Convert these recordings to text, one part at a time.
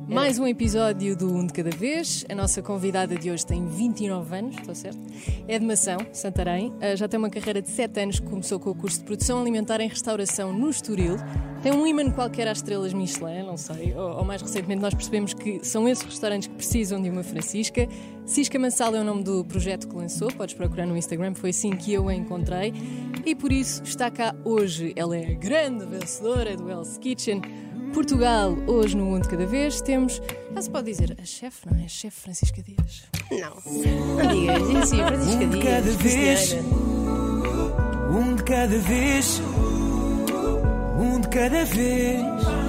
Mais um episódio do Um de Cada Vez. A nossa convidada de hoje tem 29 anos, estou certo? É de Mação, Santarém. Já tem uma carreira de 7 anos que começou com o curso de produção alimentar em restauração no Estoril. Tem um ímã qualquer às estrelas Michelin, não sei. Ou mais recentemente nós percebemos que são esses restaurantes que precisam de uma Francisca. Cisca Mansal é o nome do projeto que lançou. Podes procurar no Instagram, foi assim que eu a encontrei. E por isso está cá hoje. Ela é a grande vencedora do Hell's Kitchen Portugal. Hoje no Um de Cada Vez temos, já se pode dizer, a chefe, não é? A chefe Francisca Dias. Não digas, sim, Francisca Um de cada Dias. vez, um de cada vez, um de cada vez,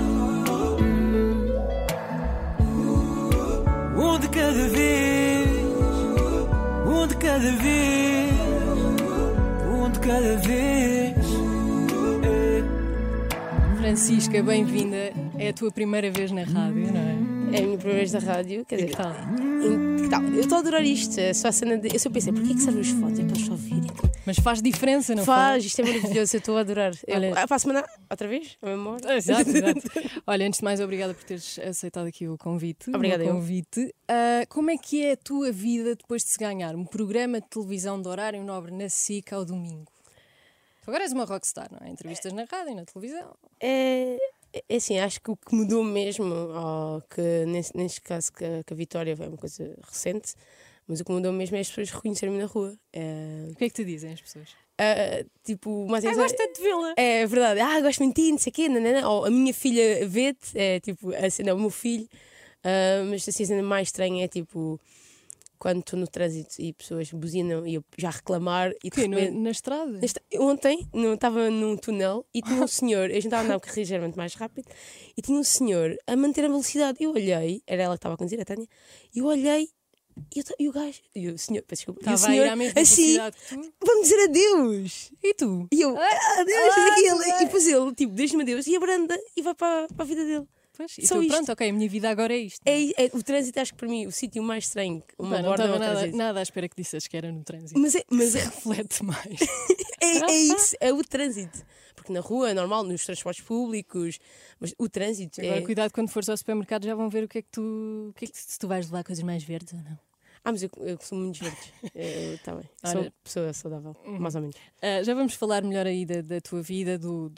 um de cada vez, um de cada vez, um de cada vez. Francisca, bem-vinda. É a tua primeira vez na rádio, não é? É a minha primeira vez da rádio, quer dizer, Que tal? que tal? Eu estou a adorar isto, é só a cena de... Eu só pensei, porquê que servem os fones? É para eles só ouvirem. Mas faz diferença, não Faz, isto é maravilhoso, eu estou a adorar. Olha- Para a semana, outra vez? A mesma hora? Exato, exato. Olha, antes de mais, obrigada por teres aceitado aqui o convite. Obrigada, o eu. convite. Como é que é a tua vida depois de se ganhar um programa de televisão de horário nobre na SIC ao domingo? Tu agora és uma rockstar, não é? Entrevistas na rádio e na televisão. É assim, acho que o que mudou mesmo, que neste caso que a Vitória é uma coisa recente, mas o que mudou mesmo é as pessoas reconhecerem-me na rua. O que é que te dizem as pessoas? Tipo, mas Gosto tanto de vê-la. é verdade, gosto muito de ti, não sei o quê, nanana. Ou a minha filha vê-te, é tipo, a cena, o meu filho, mas assim, a cena mais estranha é tipo quando estou no trânsito e pessoas buzinam e eu já a reclamar e de Que repente. na estrada? Ontem estava num túnel e tinha um senhor, a gente estava a andar ligeiramente mais rápido e tinha um senhor a manter a velocidade. Eu olhei, era ela que estava a conduzir, a Tânia, e eu olhei e o gajo, e o senhor, peço desculpa, e o Estava a ir senhor à mesma assim, velocidade que tu. vamos dizer adeus. E tu? E eu, adeus, tudo e depois ele, tipo, deixa-me adeus e abranda e vai para a vida dele. Pois, e Só tu, isto. pronto, ok, a minha vida agora é isto. O trânsito, acho que para mim, o sítio mais estranho, uma Não borda é estava o nada, trânsito. nada à espera que dissesse que era no trânsito. Mas Reflete mais. é isso, é o trânsito. Porque na rua é normal, nos transportes públicos, mas o trânsito Agora, é. cuidado quando fores ao supermercado, já vão ver o que é que se tu vais levar coisas mais verdes ou não. Mas eu consumo muitos verdes. Está bem. Olha- Sou pessoa saudável, mais ou menos. Já vamos falar melhor aí da tua vida,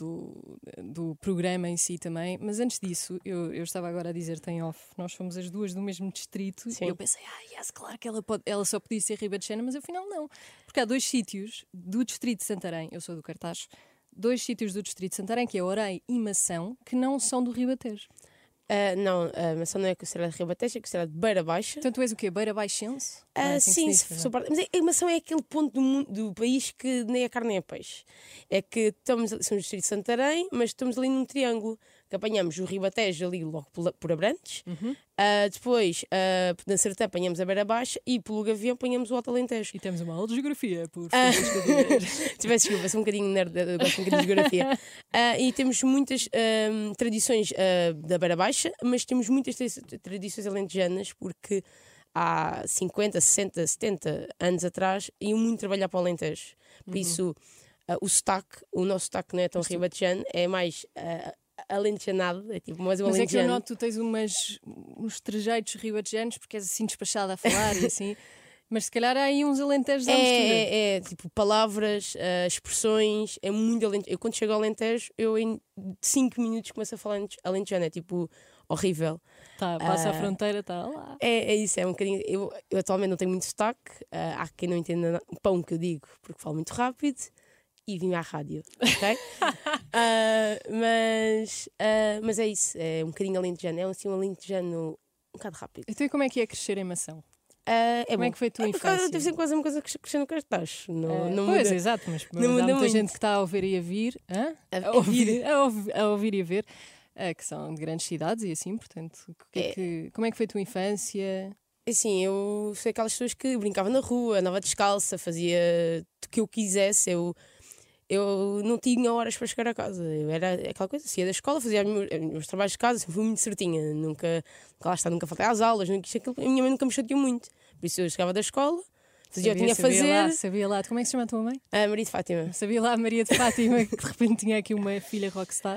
do programa em si também, mas antes disso, eu estava agora a dizer-te em off, nós fomos as duas do mesmo distrito. Sim. E eu pensei, yes, claro que ela só podia ser Ribadexana, mas afinal não, porque há 2 sítios do distrito de Santarém, eu sou do Cartaz, 2 sítios do distrito de Santarém, que é Orei e Mação, que não são do Ribatejo. Não, a maçã não é considerada de Ribatejo, é considerada de Beira Baixa. Portanto, tu és o quê? Beira Baixense? Não é assim que Sim, se diz, sou parte. Mas a maçã é aquele ponto do país que nem é carne nem é peixe. É que somos o distrito de Santarém, mas estamos ali num triângulo. Que apanhamos o Ribatejo ali logo por Abrantes. Depois, na Sertã apanhamos a Beira Baixa e pelo Gavião apanhamos o Alto Alentejo. E temos uma aula de geografia, por Francisca Dias. Tivesse desculpa, sou um bocadinho nerd, eu gosto um bocadinho de geografia. E temos muitas tradições da Beira Baixa, mas temos muitas tradições alentejanas, porque há 50, 60, 70 anos atrás iam muito trabalhar para o Alentejo. Por isso, o nosso sotaque não é tão ribatejano, é mais alentejanado, é tipo mais um Mas é que eu alentejano. noto que tu tens uns trejeitos ribatejanos porque és assim despachada a falar e assim. Mas se calhar há aí uns alentejos à mistura. É tipo palavras, expressões, é muito alentejo. Eu quando chego ao Alentejo, eu em 5 minutos começo a falar alentejano, é tipo horrível. Tá, passa a fronteira, está lá. É isso, é um bocadinho. Eu atualmente não tenho muito sotaque, há quem não entenda pão que eu digo, porque falo muito rápido e vim à rádio, ok? Mas é isso, é um bocadinho alentejano, é assim um alentejano um bocado rápido. Então e como é que é crescer em Mação? Como Como é que foi a tua infância? Deve ser quase uma coisa que cresceu no Cartaz. Não Pois, muda. exato, mas não há muda muita muito. gente que está a ouvir e a vir, hã? A A ouvir e a ver, que são de grandes cidades e assim, portanto, como é que foi a tua infância? Assim, eu sou aquelas pessoas que brincava na rua, andava descalça, fazia o que eu quisesse. Eu não tinha horas para chegar a casa. Eu era aquela coisa, saía da escola, fazia os meus trabalhos de casa, sempre fui muito certinha. Nunca faltei às aulas, nunca, a minha mãe nunca me chateou muito. Por isso eu chegava da escola, eu tinha a fazer. Sabia lá. Como é que se chama a tua mãe? A Maria de Fátima. Sabia lá a Maria de Fátima que de repente tinha aqui uma filha rockstar.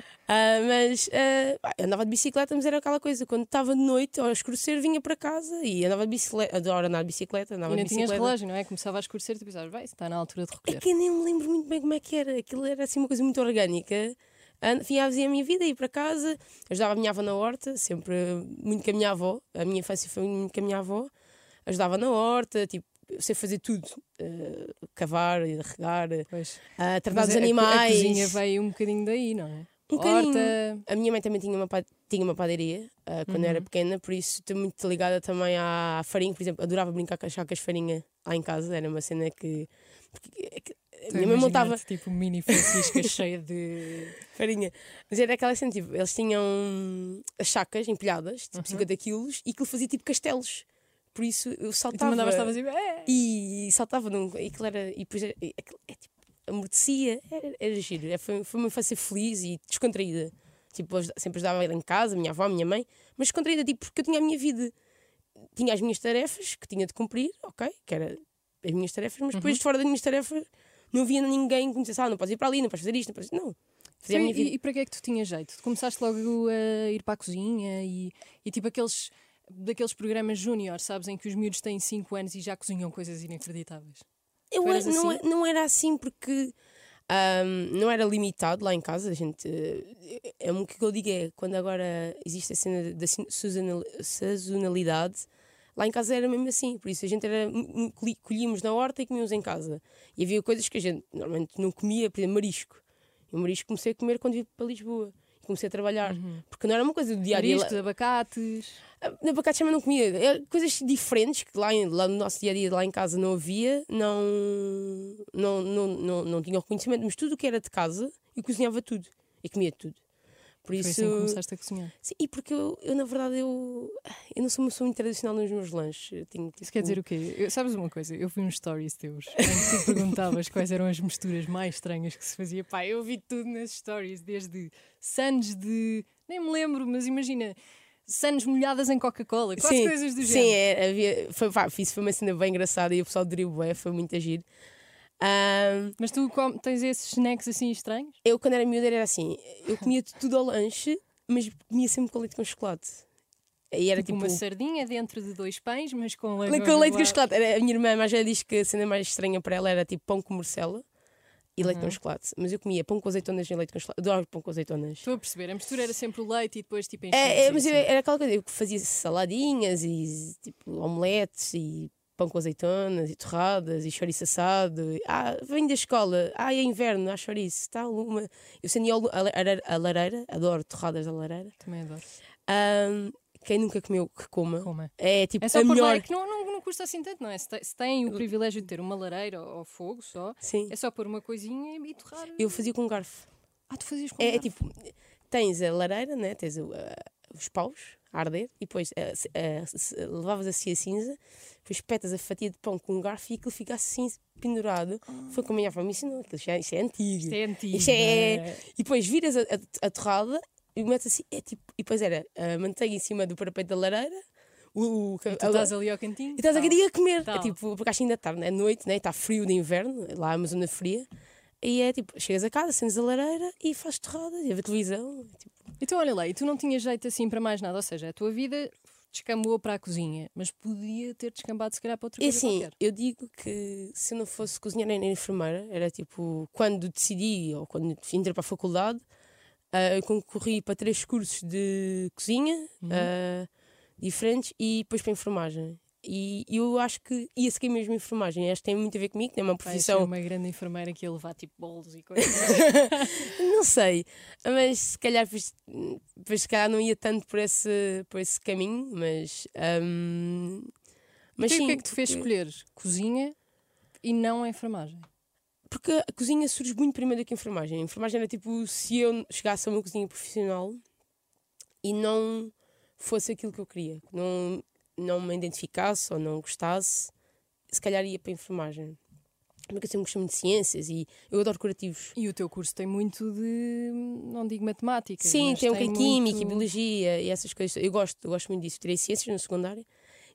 Eu andava de bicicleta, mas era aquela coisa. Quando estava de noite, ao escurecer, vinha para casa e andava de bicicleta. Adoro andar de bicicleta. E não tinhas relógio, não é? Começava a escurecer e tu pensavas, vai, está na altura de recolher. É que eu nem me lembro muito bem como é que era. Aquilo era assim uma coisa muito orgânica. Vinha a fazer a minha vida, ia para casa, ajudava a minha avó na horta, sempre muito com a minha avó. A minha infância foi muito com a minha avó. Ajudava na horta, tipo, eu sei fazer tudo. Cavar, regar, tratar dos animais. A cozinha veio um bocadinho daí, não é? Um bocadinho. A minha mãe também tinha uma padaria quando eu era pequena, por isso estou muito ligada também à farinha. Por exemplo, adorava brincar com as chacas de farinha lá em casa, era uma cena que a minha mãe montava tipo mini francisca cheia de farinha. Mas era aquela cena, tipo, eles tinham as chacas empilhadas, tipo 50 quilos, e aquilo fazia tipo castelos. Por isso eu saltava. E tu mandavas assim, e saltava e aquilo era. E depois tipo, amortecia, era giro. Foi uma infância feliz e descontraída. Tipo, sempre ajudava em casa, a minha avó, a minha mãe, mas descontraída, tipo, porque eu tinha a minha vida. Tinha as minhas tarefas que tinha de cumprir, ok? Que era as minhas tarefas, mas depois de fora das minhas tarefas não havia ninguém que me dissesse, não podes ir para ali, não podes fazer isto, não podes. Não. Fazia a minha vida. E para que é que tu tinhas jeito? Tu começaste logo a ir para a cozinha e tipo daqueles programas júnior, sabes, em que os miúdos têm 5 anos e já cozinham coisas inacreditáveis. Não era assim porque não era limitado lá em casa. A gente, o que eu digo é, quando agora existe a cena da sazonalidade, lá em casa era mesmo assim. Por isso a gente colhíamos na horta e comíamos em casa. E havia coisas que a gente normalmente não comia, por exemplo, marisco. E o marisco comecei a comer quando vim para Lisboa. Comecei a trabalhar, porque não era uma coisa do dia a dia. Mariscos, abacates. Abacates também não comia. Coisas diferentes que lá no nosso dia a dia, lá em casa, não havia, não tinha o reconhecimento, mas tudo o que era de casa, eu cozinhava tudo e comia tudo. Por isso, foi assim que começaste a cozinhar. Sim, e porque eu na verdade, eu não sou uma pessoa muito tradicional nos meus lanches. Isso quer dizer o quê? Sabes uma coisa? Eu vi uns stories teus em que tu perguntavas quais eram as misturas mais estranhas que se fazia. Pá, eu vi tudo nesses stories, desde sanos de... nem me lembro, mas imagina... sanos molhadas em Coca-Cola, quase coisas do género. Sim, isso foi uma cena bem engraçada e o pessoal de Dribué foi muito agir. Mas tu tens esses snacks assim estranhos? Eu, quando era miúda, era assim: eu comia tudo ao lanche, mas comia sempre com leite com chocolate. E era tipo uma sardinha dentro de 2 pães, mas com leite com chocolate. A minha irmã mais já diz que a cena mais estranha para ela era tipo pão com morcela e leite com chocolate. Mas eu comia pão com azeitonas e leite com chocolate. Adoro pão com azeitonas. Estou a perceber, a mistura era sempre o leite e depois tipo mas era aquela coisa, eu fazia saladinhas e tipo omeletes e pão com azeitonas e torradas e chouriço assado. Venho da escola, é inverno, há chouriço. Eu acendia a lareira, adoro torradas da lareira. Também adoro. Quem nunca comeu, que coma. É tipo só a melhor. É que não custa assim tanto, não é? Se tem o privilégio de ter uma lareira ou fogo só, sim, é só pôr uma coisinha e torrar. Eu fazia com um garfo. Tu fazias com um garfo? É tipo, tens a lareira, né? Tens os paus a arder e depois levavas assim a cinza, depois petas a fatia de pão com um garfo e aquilo fica assim pendurado. Foi como a minha avó me ensinou, isto é antigo. E depois viras a torrada e metes assim, e depois era a manteiga em cima do parapeito da lareira. E tu estás ali ao cantinho? E estás ali a comer. É tipo, porque acho que ainda tarde, é noite, né? Está frio de inverno, lá é uma zona fria. E é tipo, chegas a casa, acendes a lareira e fazes torrada e a ver televisão. Então olha lá, e tu não tinhas jeito assim para mais nada, ou seja, a tua vida descambou para a cozinha, mas podia ter descambado se calhar para outra coisa qualquer. Eu digo que se eu não fosse cozinheira nem enfermeira, era tipo, quando decidi ou quando entrei para a faculdade, eu concorri para 3 cursos de cozinha diferentes e depois para a enfermagem. E eu acho que ia seguir mesmo a enfermagem. Acho que tem muito a ver comigo, tem uma profissão. Uma grande enfermeira que ia levar tipo bolos e coisas. Não sei, mas se calhar se calhar não ia tanto por esse caminho, mas sim, o que é que te fez escolher cozinha e não a enfermagem? Porque a cozinha surge muito primeiro do que a enfermagem. A enfermagem era tipo, se eu chegasse a uma cozinha profissional e não fosse aquilo que eu queria, não me identificasse ou não gostasse, se calhar ia para a enfermagem. Porque eu sempre gostei muito de ciências e eu adoro curativos. E o teu curso tem muito de, não digo matemática. Sim, mas tem um bocadinho de química e biologia e essas coisas. Eu gosto muito disso. Tirei ciências no secundário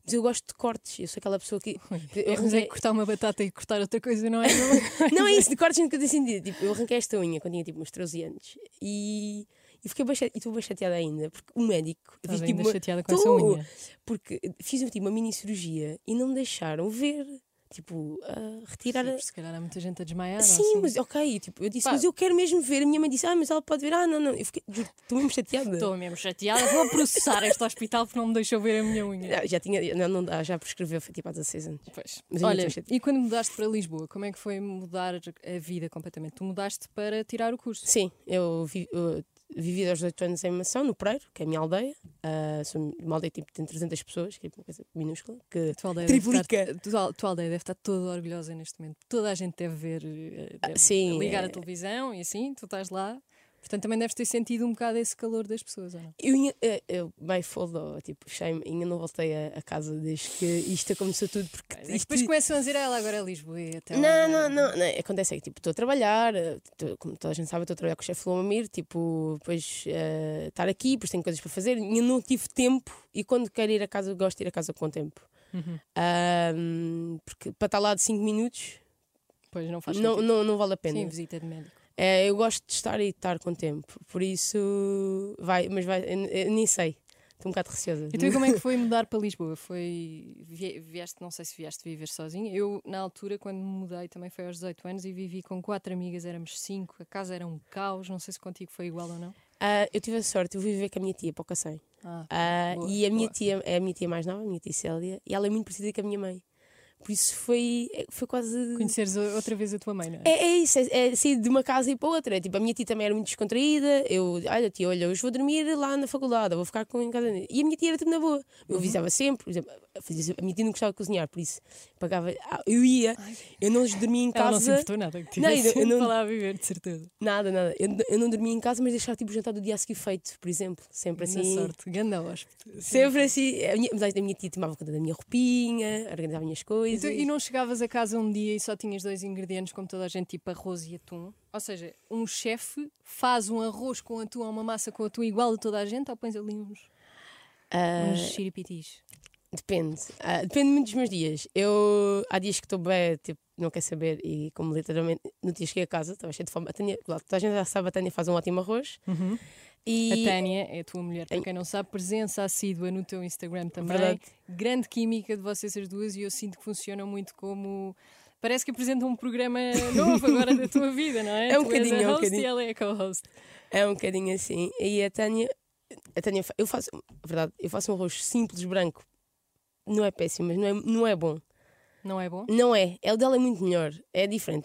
Mas eu gosto de cortes. Eu sou aquela pessoa que. Eu Mas é que cortar uma batata e cortar outra coisa não é? Não é isso, de cortes nunca tem sentido. Tipo, eu arranquei esta unha quando tinha tipo uns 13 anos e fiquei bem chateada, e estou bem chateada ainda, porque o médico. Estás fiz, ainda uma- chateada com essa unha. Porque fiz tipo, uma mini cirurgia e não me deixaram ver. Tipo, retirar a. Se calhar há muita gente a desmaiar. Sim, ou assim. mas ok, tipo, eu disse, Pá. mas eu quero mesmo ver. A minha mãe disse, mas ela pode ver. Não. Eu fiquei, juro, estou mesmo chateada. Estou mesmo chateada, vou processar este hospital porque não me deixou ver a minha unha. Já tinha, não dá, já prescreveu, foi tipo há 16 anos. Pois. Mas eu ainda Olha, estou chateada. e quando mudaste para Lisboa, como é que foi mudar a vida completamente? Tu mudaste para tirar o curso. Sim, eu vivi aos 18 anos em Mação, no Pereiro, que é a minha aldeia. Sou uma aldeia tipo, tem 300 pessoas, que é uma coisa minúscula, que A tua aldeia triplica. tua aldeia deve estar toda orgulhosa neste momento. Toda a gente deve ver, deve sim, ligar a televisão e assim, tu estás lá. Portanto, também deves ter sentido um bocado esse calor das pessoas, ou não? Eu by fault, tipo, shame, ainda não voltei a casa desde que isto começou tudo. Porque É que depois começam a dizer, ela agora é Lisboa. Até não. Acontece é que tipo, estou a trabalhar, como toda a gente sabe, estou a trabalhar com o chefe Lomamir, tipo, depois estar aqui, depois tenho coisas para fazer, e não tive tempo, e quando quero ir a casa, gosto de ir a casa com tempo. Porque para estar lá de 5 minutos Pois não faz sentido. não vale a pena. Sim, visita de médico. Eu gosto de estar e estar com tempo, por isso eu nem sei, estou um bocado receosa. Então, e como é que foi mudar para Lisboa? Vieste, não sei se vieste viver sozinha. Eu, na altura, quando me mudei, também foi aos 18 anos e vivi com 4 amigas, éramos 5, a casa era um caos. Não sei se contigo foi igual ou não. Eu tive a sorte, eu fui viver com a minha tia para o Cacém. Boa, E a minha boa. tia é a minha tia mais nova, a minha tia Célia, e ela é muito parecida com a minha mãe. Por isso foi quase. Conheceres outra vez a tua mãe, não é? É isso, é sair de uma casa e ir para outra. Tipo, a minha tia também era muito descontraída. Olha, tia, hoje vou dormir lá na faculdade, vou ficar em casa. E a minha tia era tudo na boa. Eu avisava sempre, por exemplo, a minha tia não gostava de cozinhar, por isso pagava. Eu ia, eu não dormia em casa. Ela não se importou nada que Não, tivesse eu não- para lá viver, de certeza. Nada. Eu não dormia em casa, mas deixava tipo o jantar do dia a seguir feito, por exemplo. Sempre Na assim. sorte, ganda hóspede. Sempre assim. Mas a minha tia tomava conta da minha roupinha, organizava as minhas coisas. Então, e não chegavas a casa um dia e só tinhas 2 ingredientes, como toda a gente, tipo arroz e atum? Ou seja, um chefe faz um arroz com atum ou uma massa com atum igual a toda a gente, ou pões ali uns chiripitis? Depende. Depende muito dos meus dias. Há dias que estou bem, tipo, não quero saber, e como literalmente no dia cheguei a casa, estava cheio de fome. Toda a gente já sabe, a Tânia faz um ótimo arroz. E A Tânia é a tua mulher, para quem não sabe, presença assídua no teu Instagram também. Verdade. Grande química de vocês as duas e eu sinto que funcionam muito como. Parece que apresentam um programa novo agora da tua vida, não é? É um Tu és bocadinho, a é um host bocadinho. e ela é a co-host. é um bocadinho assim. E a Tânia, eu faço, a verdade, eu faço um arroz simples, branco. Não é péssimo, mas não é bom. Não é bom? Não é. O dela é muito melhor. É diferente.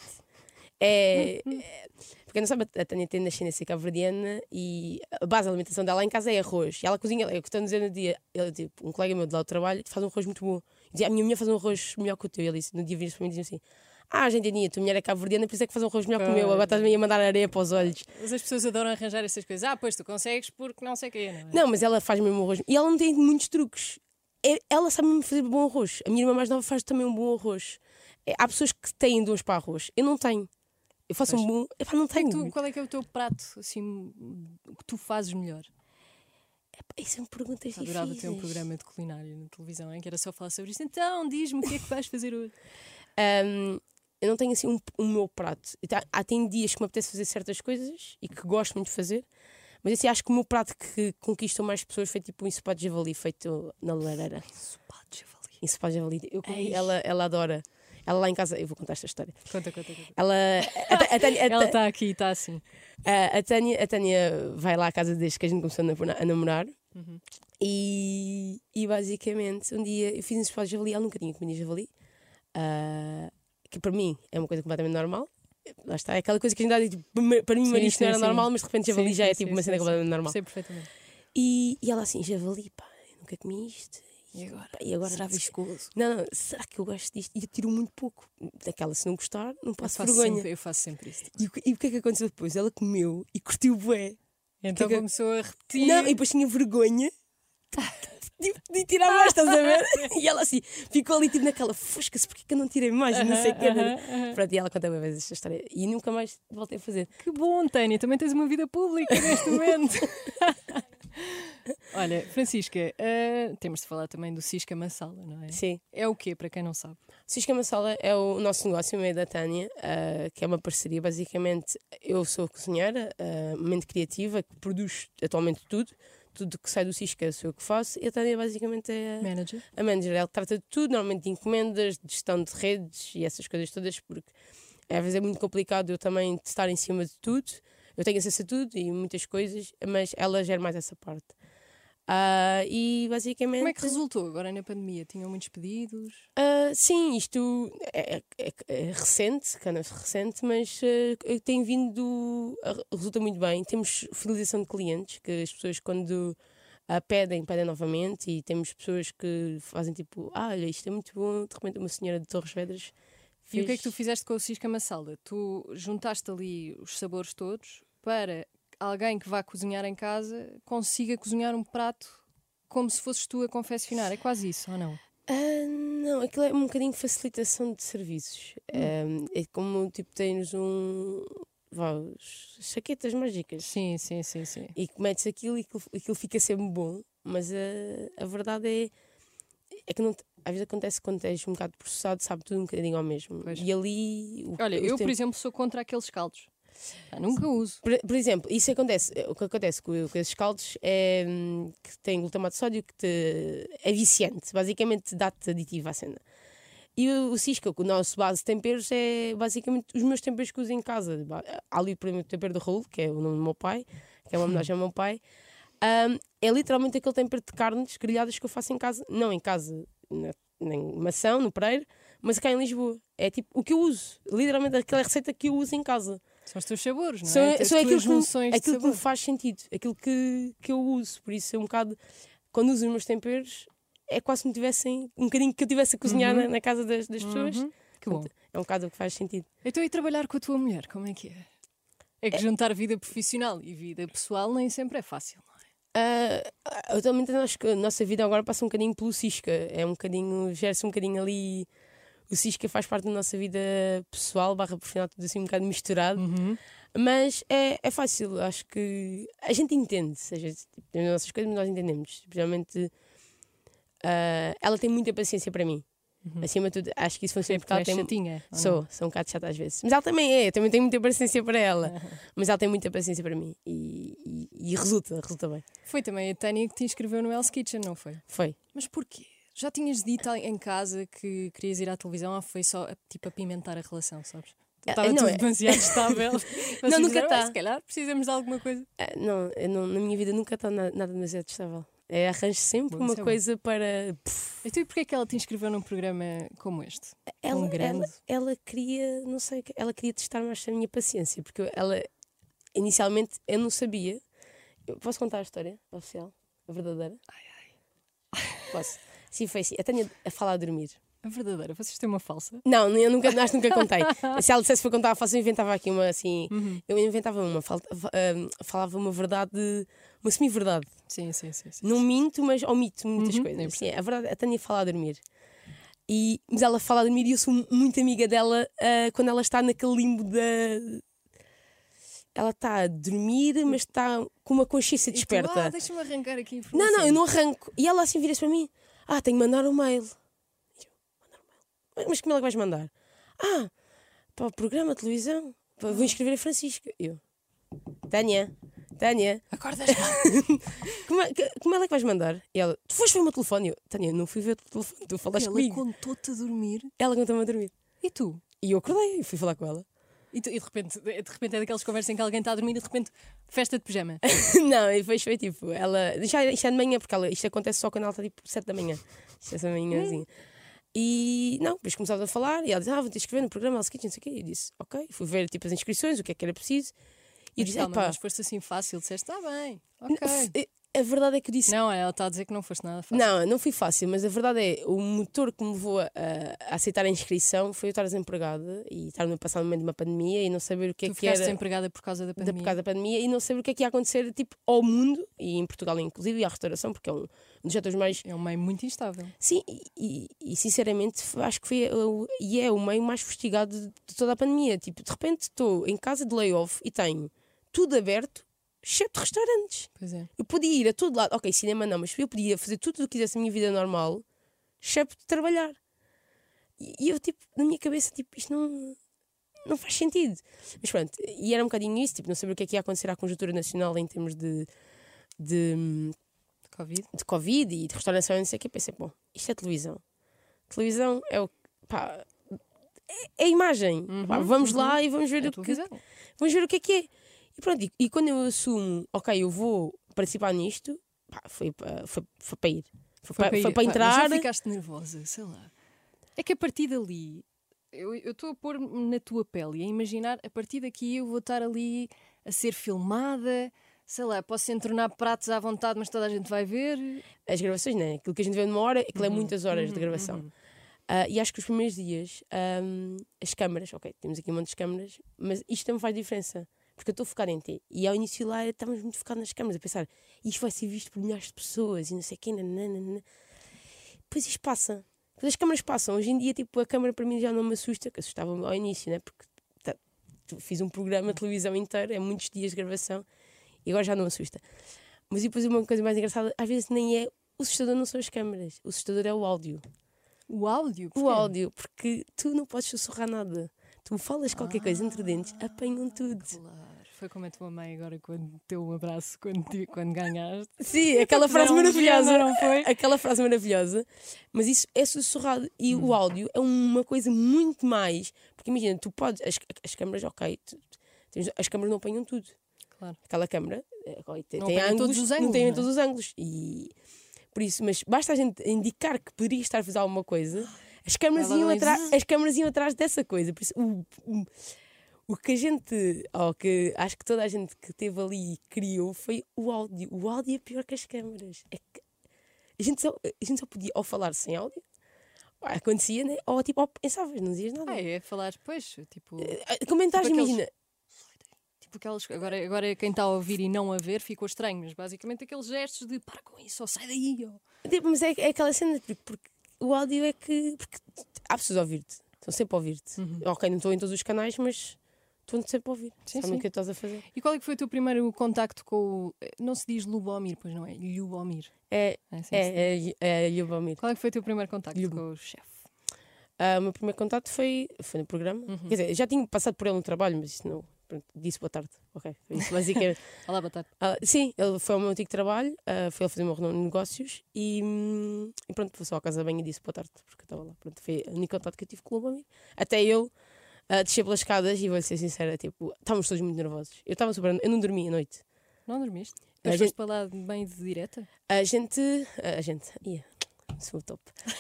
Porque não sabe, a Tânia tem ascendência cabo-verdiana e a base da alimentação dela lá em casa é arroz. E ela cozinha, é o que estou a dizer no dia. Um colega meu de lá do trabalho faz um arroz muito bom. E dizia, a minha mulher faz um arroz melhor que o teu. E ele disse, no dia vira para mim e diz assim: Argentina, a tua mulher é cabo-verdiana, por isso é que faz um arroz melhor que o meu. Agora estás-me a mandar areia para os olhos. Mas as pessoas adoram arranjar essas coisas. Pois tu consegues porque não sei o que é, não é? Não, mas ela faz mesmo arroz. E ela não tem muitos truques. Ela sabe mesmo fazer bom arroz. A minha irmã mais nova faz também um bom arroz. Há pessoas que têm dons para arroz. Eu não tenho. Eu faço um bom. Não tenho. Qual é que é o teu prato assim, que tu fazes melhor? Isso são perguntas difíceis. Adorava ter um programa de culinária na televisão, hein, que era só falar sobre isto. Então, diz-me o que é que vais fazer hoje. Eu não tenho assim um meu prato. Tem dias que me apetece fazer certas coisas e que gosto muito de fazer. Mas assim, acho que o meu prato que conquistou mais pessoas foi tipo um ensopado de javali feito na lareira. Ensopado de javali. Ela adora. Ela lá em casa, eu vou contar esta história. Conta. Ela está aqui, está assim. A Tânia vai lá à casa desde que a gente começou a namorar. E basicamente um dia eu fiz um ensopado de javali. Ela nunca tinha comido javali, que para mim é uma coisa completamente normal. Lá está, é aquela coisa que a gente dá, tipo, para mim isto não era normal, mas de repente javali já é tipo uma cena completamente normal. Sei perfeitamente. E ela assim, javali, pá, eu nunca comi isto. E agora Será viscoso? Não, será que eu gosto disto? E eu tiro muito pouco. Daquela, se não gostar, não passo Eu vergonha. faço sempre isso. E o que é que aconteceu depois? Ela comeu e curtiu bué. Então começou a repetir. Não, e depois tinha vergonha de tirar mais, estás a ver? E ela assim, ficou ali tipo naquela, fusca-se, porque que eu não tirei mais? Não sei o que. Pronto, e ela conta uma vez esta história. E nunca mais voltei a fazer. Que bom, Tânia, também tens uma vida pública neste momento. Olha, Francisca, temos de falar também do Cisca Massala, não é? Sim. É o quê, para quem não sabe? Cisca Massala é o nosso negócio, o meio da Tânia, que é uma parceria. Basicamente, eu sou cozinheira, mente criativa, que produz atualmente tudo que sai do Cisca sou eu que faço, e a Tânia basicamente é Manager. a manager. Ela trata de tudo, normalmente de encomendas, de gestão de redes e essas coisas todas, porque às vezes é muito complicado eu também estar em cima de tudo. Eu tenho acesso a tudo e muitas coisas, mas ela gera mais essa parte. E basicamente. Como é que resultou agora na pandemia? Tinham muitos pedidos? Sim, isto é recente, recente, mas tem vindo. Resulta muito bem. Temos fidelização de clientes, que as pessoas, quando pedem novamente, e temos pessoas que fazem tipo: olha, isto é muito bom. De repente, uma senhora de Torres Vedras. E o que é que tu fizeste com o Cisca Massala? Tu juntaste ali os sabores todos para alguém que vá cozinhar em casa consiga cozinhar um prato como se fosses tu a confeccionar. É quase isso, ou não? Não, aquilo é um bocadinho de facilitação de serviços. É como tipo tens chaquetas mágicas. Sim. E que metes aquilo e aquilo fica sempre bom. Mas a verdade é que não, às vezes acontece quando és um bocado processado, sabe tudo um bocadinho ao mesmo. Pois. E ali. Olha, eu, por exemplo, sou contra aqueles caldos. Nunca uso. Por exemplo, isso acontece. O que acontece com esses caldos é que tem glutamato de sódio é viciante. Basicamente dá-te aditivo à cena. E o Cisca, o nosso base de temperos, é basicamente os meus temperos que uso em casa. Há ali o tempero do Raul, que é o nome do meu pai, que é uma homenagem ao meu pai. É literalmente aquele tempero de carnes grelhadas que eu faço em casa. Não em casa, em Mação, no Pereiro, mas cá em Lisboa. É tipo o que eu uso. Literalmente aquela receita que eu uso em casa. São os teus sabores, não é? São aquilo que me faz sentido. Aquilo que eu uso. Por isso é um bocado... Quando uso os meus temperos, é quase como tivessem... Um bocadinho que eu estivesse a cozinhar na casa das pessoas. Que bom. É um bocado o que faz sentido. Então, e trabalhar com a tua mulher, como é que é? É que juntar vida profissional e vida pessoal nem sempre é fácil, não é? Eu também acho que a nossa vida agora passa um bocadinho pelo Cisca. É um bocadinho... Gera-se um bocadinho ali... O Cisca faz parte da nossa vida pessoal, /profissional, tudo assim um bocado misturado. Mas é fácil, acho que a gente entende, seja, tipo, as nossas coisas nós entendemos. Geralmente ela tem muita paciência para mim. Acima de tudo, acho que isso funciona porque ela tem. Chatinha, sou um bocado chata às vezes. Mas ela também tenho muita paciência para ela. Mas ela tem muita paciência para mim e resulta bem. Foi também a Tânia que te inscreveu no Hell's Kitchen, não foi? Foi. Mas porquê? Já tinhas dito em casa que querias ir à televisão ou foi só tipo apimentar a relação, sabes? Estava tudo demasiado estável. Não, nunca está. Se calhar precisamos de alguma coisa. Não, na minha vida nunca está nada demasiado estável. Arranjo sempre uma coisa para. Então, e porquê é que ela te inscreveu num programa como este? Ela queria, não sei, ela queria testar mais a minha paciência, porque ela, inicialmente, eu não sabia. Eu posso contar a história oficial? A verdadeira? Posso? Sim, foi assim. A Tânia a falar a dormir. A verdadeira? Vocês têm uma falsa? Não, eu nunca contei. Se ela dissesse para contar a falsa, eu inventava aqui uma assim. Eu inventava uma. Falava uma verdade, uma semi-verdade. Sim. Não minto, mas omito muitas coisas. Sim, a verdade, a Tânia fala a dormir. Mas ela fala a dormir e eu sou muito amiga dela quando ela está naquele limbo da. Ela está a dormir, mas está com uma consciência desperta. Deixa-me arrancar aqui a informação. Não, eu não arranco. E ela assim vira-se para mim: tenho que mandar um mail. Mas que mail é que vais mandar? Para o programa de televisão. Vou inscrever a Francisca. Eu: Tânia. Acorda já. Como é que vais mandar? E ela: tu foste ver o meu telefone. Eu: Tânia, não fui ver o telefone, tu falaste comigo. Ela contou-te a dormir. Ela contou-me a dormir. E tu? E eu acordei e fui falar com ela. E de repente é daquelas conversas em que alguém está a dormir e de repente festa de pijama. Não, e depois foi tipo, ela. Isto é de manhã, porque isto acontece só quando ela está tipo 7 da manhã. Isto é essa manhãzinha. E depois começámos a falar e ela disse: vou ter que escrever no programa Hell's Kitchen, não sei o quê. E eu disse: ok, fui ver tipo as inscrições, o que é que era preciso. E eu disse: mas foste assim fácil, disseste: está bem, ok. A verdade é que eu disse. Não, ela está a dizer que não foste nada fácil. Não fui fácil, mas a verdade é o motor que me levou a aceitar a inscrição foi eu estar desempregada e estar no passado momento de uma pandemia e não saber o que é que era. Tu ficaste desempregada por causa da pandemia? Por causa da pandemia e não saber o que é que ia acontecer tipo, ao mundo e em Portugal, inclusive, e à restauração, porque é um dos setores mais. É um meio muito instável. Sim, e sinceramente acho que foi o meio mais fustigado de toda a pandemia. Tipo, de repente estou em casa de layoff e tenho tudo aberto, chefe de restaurantes. Pois é. Eu podia ir a todo lado, ok, cinema não, mas eu podia fazer tudo o que quisesse na minha vida normal, chefe de trabalhar. E eu, tipo, na minha cabeça, tipo, isto não faz sentido. Mas pronto, e era um bocadinho isso, tipo, não saber o que ia acontecer à conjuntura nacional em termos de Covid e de restauração e não sei o que. Pensei, bom, isto é televisão. Televisão é o pá, é a imagem. Pá, vamos lá e vamos ver vamos ver o que é. E pronto, e quando eu assumo, ok, eu vou participar nisto, pá, foi para ir. Foi para entrar. Mas já ficaste nervosa, sei lá. É que a partir dali, eu estou a pôr-me na tua pele e a imaginar, a partir daqui eu vou estar ali a ser filmada, sei lá, posso entornar pratos à vontade, mas toda a gente vai ver. As gravações, não é? Aquilo que a gente vê numa hora, aquilo é muitas horas de gravação. E acho que os primeiros dias, as câmaras, ok, temos aqui um monte de câmaras, mas isto não faz diferença. Porque eu estou focado em ti. E ao início lá estávamos muito focados nas câmaras, a pensar, isto vai ser visto por milhares de pessoas e não sei o quê, nananana. Depois isto passa. Depois as câmaras passam. Hoje em dia, tipo, a câmara para mim já não me assusta, que assustava-me ao início, né? Porque fiz um programa de televisão inteiro, é muitos dias de gravação, e agora já não me assusta. Mas depois uma coisa mais engraçada, às vezes nem é, o assustador não são as câmaras, o assustador é o áudio. O áudio? O áudio, porque tu não podes sussurrar nada. Tu falas qualquer coisa entre dentes, apanham tudo. Claro. Foi como a tua mãe agora quando deu um abraço quando ganhaste. Sim, aquela frase maravilhosa. Não foi? Aquela frase maravilhosa. Mas isso é sussurrado. E o áudio é uma coisa muito mais. Porque imagina, tu podes. As câmaras, ok. As câmaras não apanham tudo. Claro. Aquela câmara tem ângulos, todos os ângulos. Não tem todos os ângulos. E por isso, mas basta a gente indicar que poderia estar a fazer alguma coisa. As câmaras iam atrás dessa coisa. Por isso, o que a gente, ou que acho que toda a gente que esteve ali e criou foi o áudio. O áudio é pior que as câmaras. É que a gente só podia ou falar sem áudio, acontecia, né? Ou tipo, pensavas, não dizias nada. Falar, pois, tipo. Comentares, tipo imagina. Tipo aquelas. Agora quem está a ouvir e não a ver ficou estranho, mas basicamente aqueles gestos de para com isso, ou sai daí. Ou... Tipo, mas é aquela cena, porque o áudio é que. Porque há pessoas a ouvir-te, estão sempre a ouvir-te. Ok, não estou em todos os canais, mas. Estou sempre a ouvir. Sabem o que estás a fazer. E qual é que foi o teu primeiro contacto com o... Não se diz Lubomir, pois não é? Lubomir. É Lubomir. Qual é que foi o teu primeiro contacto com o chefe? O meu primeiro contacto foi no programa. Quer dizer, já tinha passado por ele no trabalho, mas isso não... Pronto, disse boa tarde. Ok, foi isso basicamente. Olá, boa tarde. Sim, ele foi ao meu antigo trabalho, foi ele fazer uma reunião de negócios e pronto, foi só à casa de banho e disse boa tarde, porque eu estava lá. Pronto, foi o único contato que eu tive com o Lubomir. Até eu descer pelas escadas e vou ser sincera, tipo, estávamos todos muito nervosos. Eu não dormi à noite. Não dormiste? Mas foste para lá bem de direta? A gente, sou top.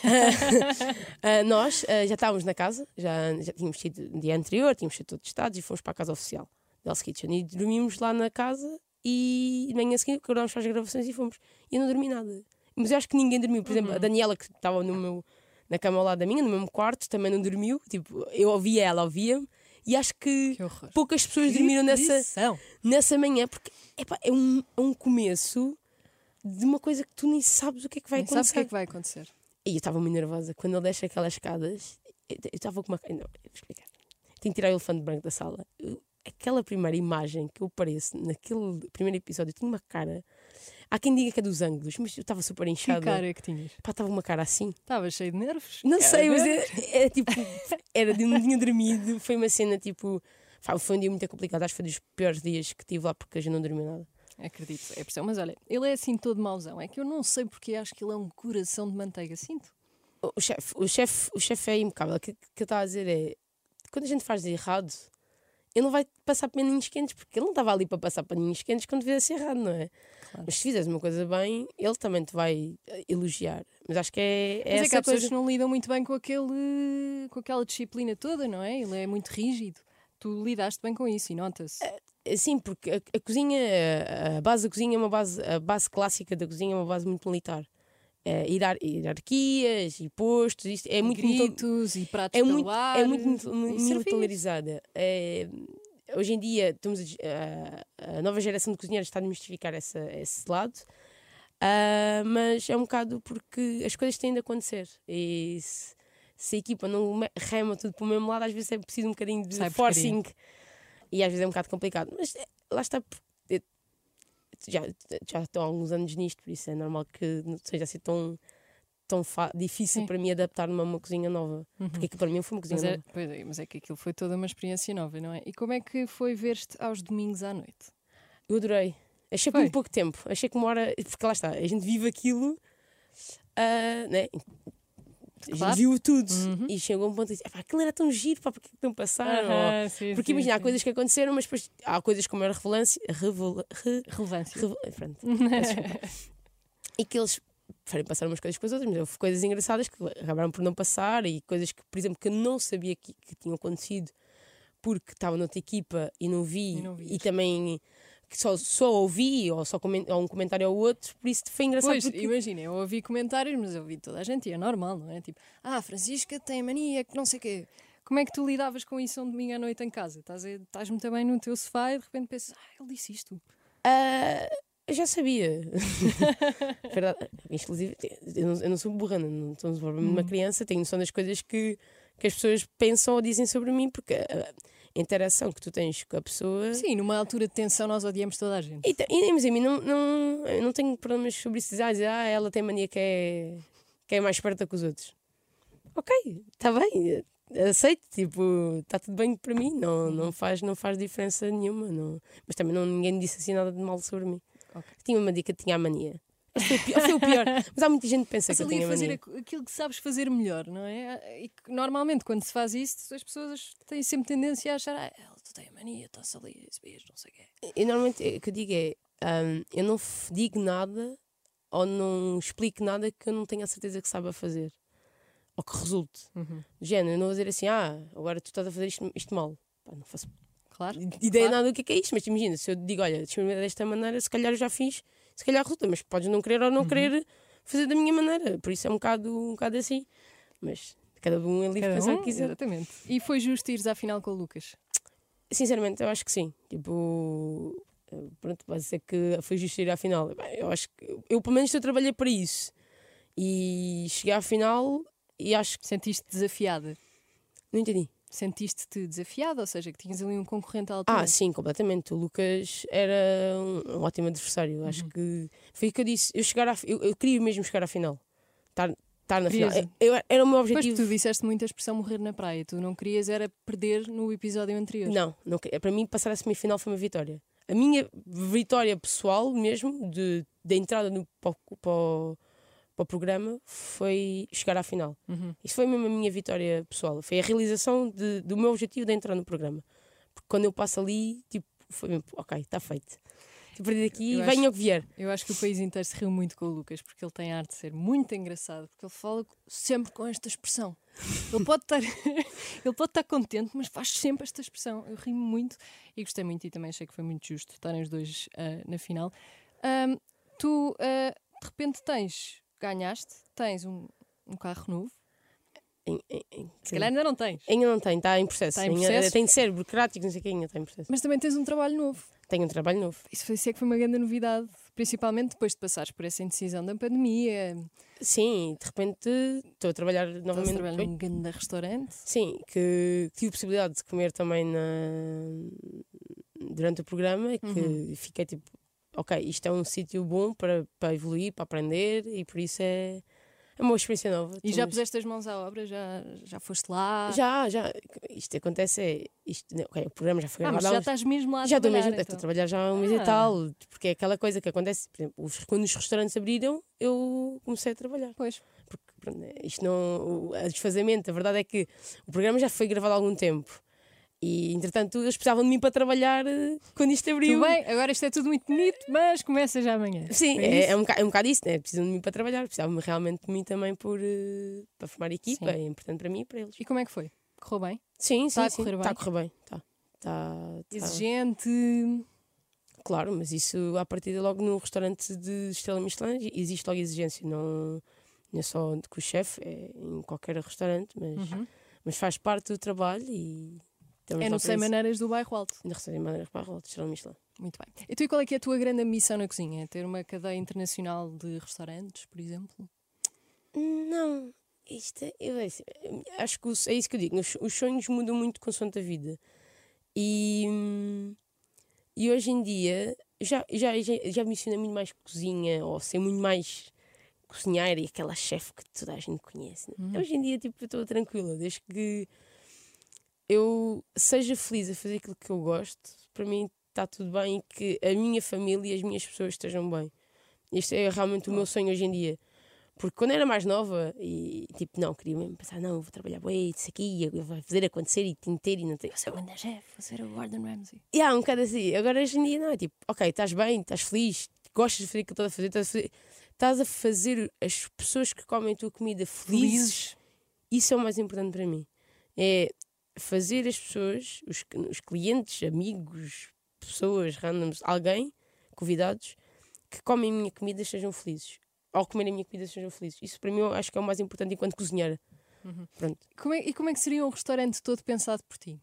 Nós já estávamos na casa, já tínhamos sido no dia anterior, tínhamos sido todos testados e fomos para a casa oficial de Hell's Kitchen e dormimos lá na casa e de manhã seguinte acordámos para as gravações e fomos. E eu não dormi nada. Mas eu acho que ninguém dormiu. Por exemplo, a Daniela, que estava na cama ao lado da minha, no mesmo quarto, também não dormiu. Tipo, eu ouvia ela, ouvia-me. E acho que poucas pessoas dormiram nessa manhã, porque é um começo de uma coisa que tu nem sabes o que é que vai acontecer. Sabes o que é que vai acontecer. E eu estava muito nervosa. Quando ele deixa aquelas escadas, eu estava com uma... Não, eu vou explicar. Tenho que tirar o elefante branco da sala. Aquela primeira imagem que eu apareço naquele primeiro episódio, eu tinha uma cara... Há quem diga que é dos ângulos, mas eu estava super inchada. Que cara é que tinhas? Estava uma cara assim. Estava cheio de nervos? Não sei, mas era tipo... não tinha dormido. Foi uma cena tipo... Foi um dia muito complicado. Acho que foi dos piores dias que tive lá porque a gente não dormiu nada. Acredito, é pressão. Mas olha, ele é assim todo mauzão. É que eu não sei porque acho que ele é um coração de manteiga. Sinto. O chefe é impecável. O que eu estava a dizer é... Quando a gente faz de errado... Ele não vai passar paninhos quentes, porque ele não estava ali para passar paninhos quentes quando fizesse errado, não é? Claro. Mas se fizeres uma coisa bem, ele também te vai elogiar. Mas acho que é mas essa é que há coisa. pessoas que não lidam muito bem com aquela disciplina toda, não é? Ele é muito rígido. Tu lidaste bem com isso e nota-se. Sim, porque a cozinha, a base da cozinha é a base clássica da cozinha é uma base muito militar. Hierarquias e postos, isto é muito gritos e pratos pelo ar, é muito militarizada. Hoje em dia estamos a nova geração de cozinheiros está a desmistificar esse lado, mas é um bocado porque as coisas têm de acontecer e se a equipa não rema tudo para o mesmo lado, às vezes é preciso um bocadinho de forcing e às vezes é um bocado complicado, mas lá está. já estou há alguns anos nisto, por isso é normal que não seja assim tão difícil Sim. para mim adaptar-me a uma cozinha nova. Porque aquilo para mim foi uma cozinha nova. Mas é que aquilo foi toda uma experiência nova, não é? E como é que foi ver-te aos domingos à noite? Eu adorei. Achei por Foi? muito pouco tempo. Achei que uma hora. Porque lá está, a gente vive aquilo, né? A gente Claro. viu tudo. E chegou a um ponto de dizer: aquilo era tão giro, pá, porque não passaram? Porque imagina, há coisas que aconteceram, mas depois há coisas como era relevância. Relevância. Pronto, peço desculpa. E que eles preferem passar umas coisas com as outras, mas houve coisas engraçadas que acabaram por não passar e coisas que, por exemplo, que eu não sabia que tinham acontecido porque estava noutra equipa e não vi e também que só ouvi ou ou um comentário ou outro, por isso foi engraçado. Pois, porque... imagina, eu ouvi comentários, mas eu ouvi toda a gente e é normal, não é? Tipo, a Francisca tem mania, que não sei o quê. Como é que tu lidavas com isso um domingo à noite em casa? Estás muito bem no teu sofá e de repente pensas, ele disse isto. Eu já sabia. Verdade. Inclusive, eu não sou burra, não sou uma criança, tenho noção das coisas que as pessoas pensam ou dizem sobre mim, porque a interação que tu tens com a pessoa. Sim, numa altura de tensão nós odiamos toda a gente. Mas a mim eu não tenho problemas sobre isso. Dizer, ela tem mania que é mais esperta que os outros. Ok, está bem. Aceito, tipo, está tudo bem para mim, não faz diferença nenhuma. Não. Mas também ninguém me disse assim nada de mal sobre mim. Okay. Tinha uma dica, tinha a mania. Foi o pior. Mas há muita gente que pensa que eu ali tinha a fazer mania. aquilo que sabes fazer melhor, não é? E que, normalmente quando se faz isso, as pessoas têm sempre tendência a achar ela tem mania, está-se ali a exibir, não sei o quê. E normalmente o que eu digo é eu não digo nada ou não explico nada que eu não tenha a certeza que saiba fazer. Ou que resulte. Do género, eu não vou dizer assim, agora tu estás a fazer isto mal. Pá, não faço Claro. ideia nada do que é isto, mas imagina, se eu digo, olha, experimenta desta maneira, se calhar eu já fiz, se calhar resulta, mas podes não querer ou não querer fazer da minha maneira, por isso é um bocado assim, mas cada um é livre de pensar o que quiser. Exatamente. E foi justo ires à final com o Lucas? Sinceramente, eu acho que sim. Pronto, vai ser que foi justo ir à final. Eu acho que eu pelo menos eu trabalhei para isso e cheguei à final e acho que. Sentiste desafiada? Não entendi. Sentiste-te desafiada, ou seja, que tinhas ali um concorrente à altura? Sim, completamente. O Lucas era um ótimo adversário. Acho que foi o que eu disse. Eu queria mesmo chegar à final. Estar na final. Era o meu objetivo. Pois tu disseste muito a expressão morrer na praia. Tu não querias era perder no episódio anterior. Não queria. Para mim, passar a semifinal foi uma vitória. A minha vitória pessoal mesmo, da entrada para o programa, foi chegar à final. Isso foi mesmo a minha vitória pessoal. Foi a realização do meu objetivo de entrar no programa. Porque quando eu passo ali, tipo, foi mesmo, ok, está feito. A partir daqui, venha o que vier. Eu acho que o país inteiro se riu muito com o Lucas, porque ele tem a arte de ser muito engraçado, porque ele fala sempre com esta expressão. Ele pode estar contente, mas faz sempre esta expressão. Eu ri muito e gostei muito e também achei que foi muito justo estarem os dois na final. Tu, de repente, ganhaste, tens um carro novo. Se calhar ainda não tens. Ainda não tenho, está em processo. Tem de ser burocrático, não sei o que, ainda está em processo. Mas também tens um trabalho novo. Tenho um trabalho novo. Isso é que foi uma grande novidade, principalmente depois de passares por essa indecisão da pandemia. Sim, de repente estou a trabalhar novamente. Estás a trabalhar num grande restaurante. Sim, que tive possibilidade de comer também durante o programa e que fiquei tipo, ok, isto é um sítio bom para evoluir, para aprender e por isso é uma experiência nova. E já puseste as mãos à obra? Já foste lá? Já. Isto acontece, o programa já foi gravado. Mas já estás mesmo lá a já trabalhar? Estou a trabalhar já há um mês e tal, porque é aquela coisa que acontece, por exemplo, quando os restaurantes abriram, eu comecei a trabalhar. Pois. Porque pronto, isto não. A desfazamento, a verdade é que o programa já foi gravado há algum tempo. E, entretanto, eles precisavam de mim para trabalhar quando isto abriu. Tudo bem, agora isto é tudo muito bonito, mas começa já amanhã. Sim, é um bocado isso, né? Precisam de mim para trabalhar, precisavam realmente de mim também para formar equipa, é importante para mim e para eles. E como é que foi? Correu bem? Sim, está a correr bem? Está a correr bem. Está exigente. Claro, mas isso à partida logo no restaurante de Estrela Michelin existe logo exigência, não é só com o chefe, é em qualquer restaurante, mas faz parte do trabalho e. É no 100 Maneiras do Bairro Alto. No 100 Maneiras do Bairro Alto, Estrela Michelin. Muito bem. E tu, e qual é que é a tua grande ambição na cozinha? É ter uma cadeia internacional de restaurantes, por exemplo? Não, acho que é isso que eu digo. Os sonhos mudam muito consoante a vida. E hoje em dia já me ensinei muito mais cozinha, ou sei muito mais cozinhar, e aquela chefe que toda a gente conhece. Hoje em dia, tipo, eu estou tranquila, desde que eu seja feliz a fazer aquilo que eu gosto, para mim está tudo bem, e que a minha família e as minhas pessoas estejam bem. Este é realmente o meu sonho hoje em dia. Porque quando eu era mais nova, e tipo, não, queria mesmo pensar, não, eu vou trabalhar bem, isso aqui, eu vou fazer acontecer e ter e não ter. Eu sou o grande chefe, vou ser o Gordon Ramsay. Um bocado assim. Agora hoje em dia não, é tipo, ok, estás bem, estás feliz, gostas de fazer aquilo que estás a fazer, estás a fazer as pessoas que comem a tua comida felizes. Isso é o mais importante para mim. É fazer as pessoas, os clientes, amigos, pessoas, randoms, alguém, convidados, que comem a minha comida sejam felizes. Ao comer a minha comida sejam felizes. Isso para mim eu acho que é o mais importante enquanto cozinheira. Pronto. Como é que seria um restaurante todo pensado por ti?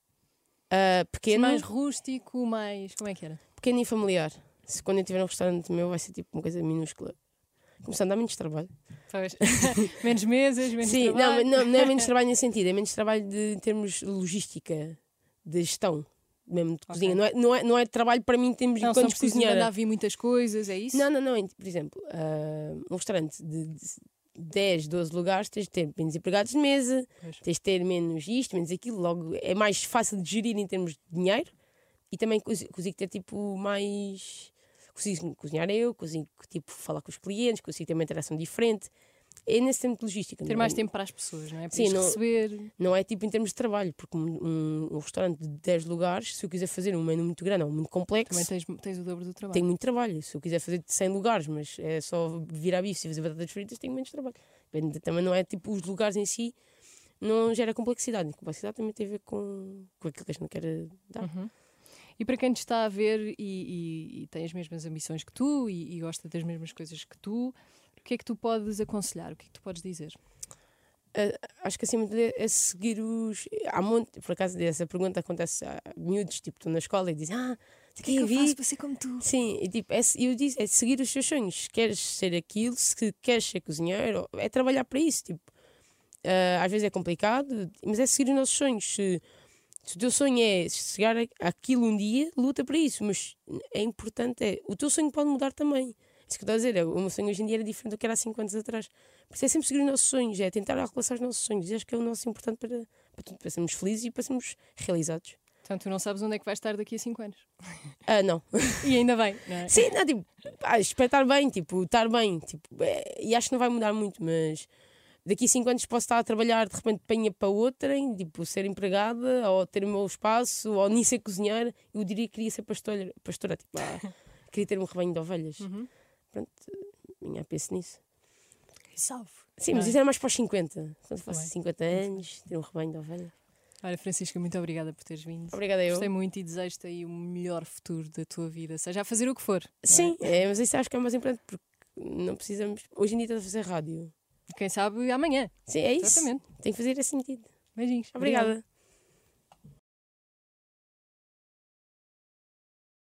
Pequeno, Mais rústico, mais... Como é que era? pequeno e familiar. Se quando eu tiver um restaurante meu vai ser tipo uma coisa minúscula. Começando a dar menos trabalho. Pois. Menos mesas, menos Sim, trabalho. não é menos trabalho nesse sentido, é menos trabalho em termos de logística, de gestão, mesmo de cozinha. Não é trabalho para mim, temos Não, são enquanto precisos cozinheira. mandar vir muitas coisas, é isso? Não. Por exemplo, um restaurante de 10, 12 lugares, tens de ter menos empregados de mesa, Pois. tens de ter menos isto, menos aquilo. Logo é mais fácil de gerir em termos de dinheiro, e também consigo ter tipo mais. Consigo cozinhar eu, consigo tipo, falar com os clientes, consigo ter uma interação diferente. É nesse tempo de logística. Ter mais tempo para as pessoas, não é? Para Sim, receber. Não é tipo em termos de trabalho, porque um restaurante de 10 lugares, se eu quiser fazer um menu muito grande ou muito complexo, Também tens o dobro do trabalho. tenho muito trabalho. Se eu quiser fazer de 100 lugares, mas é só virar bife e fazer batatas fritas, tenho menos trabalho. Também não é tipo os lugares em si, não gera complexidade. A complexidade também tem a ver com aquilo que a gente quer dar. E para quem te está a ver e tem as mesmas ambições que tu e gosta das mesmas coisas que tu, o que é que tu podes aconselhar? O que é que tu podes dizer? Acho que acima de tudo é seguir os. Há monte, por acaso, essa pergunta acontece a miúdos, tipo, estão na escola e dizem: O que é que eu faço para ser como tu? Sim, e tipo, eu disse, é seguir os teus sonhos. Se queres ser aquilo, se queres ser cozinheiro, é trabalhar para isso. Tipo, às vezes é complicado, mas é seguir os nossos sonhos. Se o teu sonho é chegar àquilo um dia, luta para isso. Mas é importante, o teu sonho pode mudar também. Isso que eu estou a dizer, o meu sonho hoje em dia era diferente do que era há 5 anos atrás. Por isso é sempre seguir os nossos sonhos, é tentar alcançar os nossos sonhos. E acho que é o nosso importante para sermos felizes e para sermos realizados. Portanto, tu não sabes onde é que vais estar daqui a 5 anos. Não. E ainda bem, não é? Sim, não, tipo, espero estar bem, tipo, estar bem. Tipo, e acho que não vai mudar muito, mas daqui a 5 anos posso estar a trabalhar, de repente penha para outra, tipo, ser empregada, ou ter o meu espaço, ou nem ser cozinhar. Eu diria que queria ser pastora tipo, queria ter um rebanho de ovelhas. Pronto, minha penso nisso. Salve. Sim, mas isso era mais para os 50. Quando faço 50 anos, ter um rebanho de ovelhas. Olha, Francisca, muito obrigada por teres vindo. Obrigada eu. Gostei muito e desejo-te aí o melhor futuro da tua vida, seja a fazer o que for. Sim, mas isso acho que é o mais importante, porque não precisamos. Hoje em dia estás a fazer rádio. Quem sabe amanhã. Sim, é isso. Exatamente. Tem que fazer esse sentido. Beijinhos. Obrigada.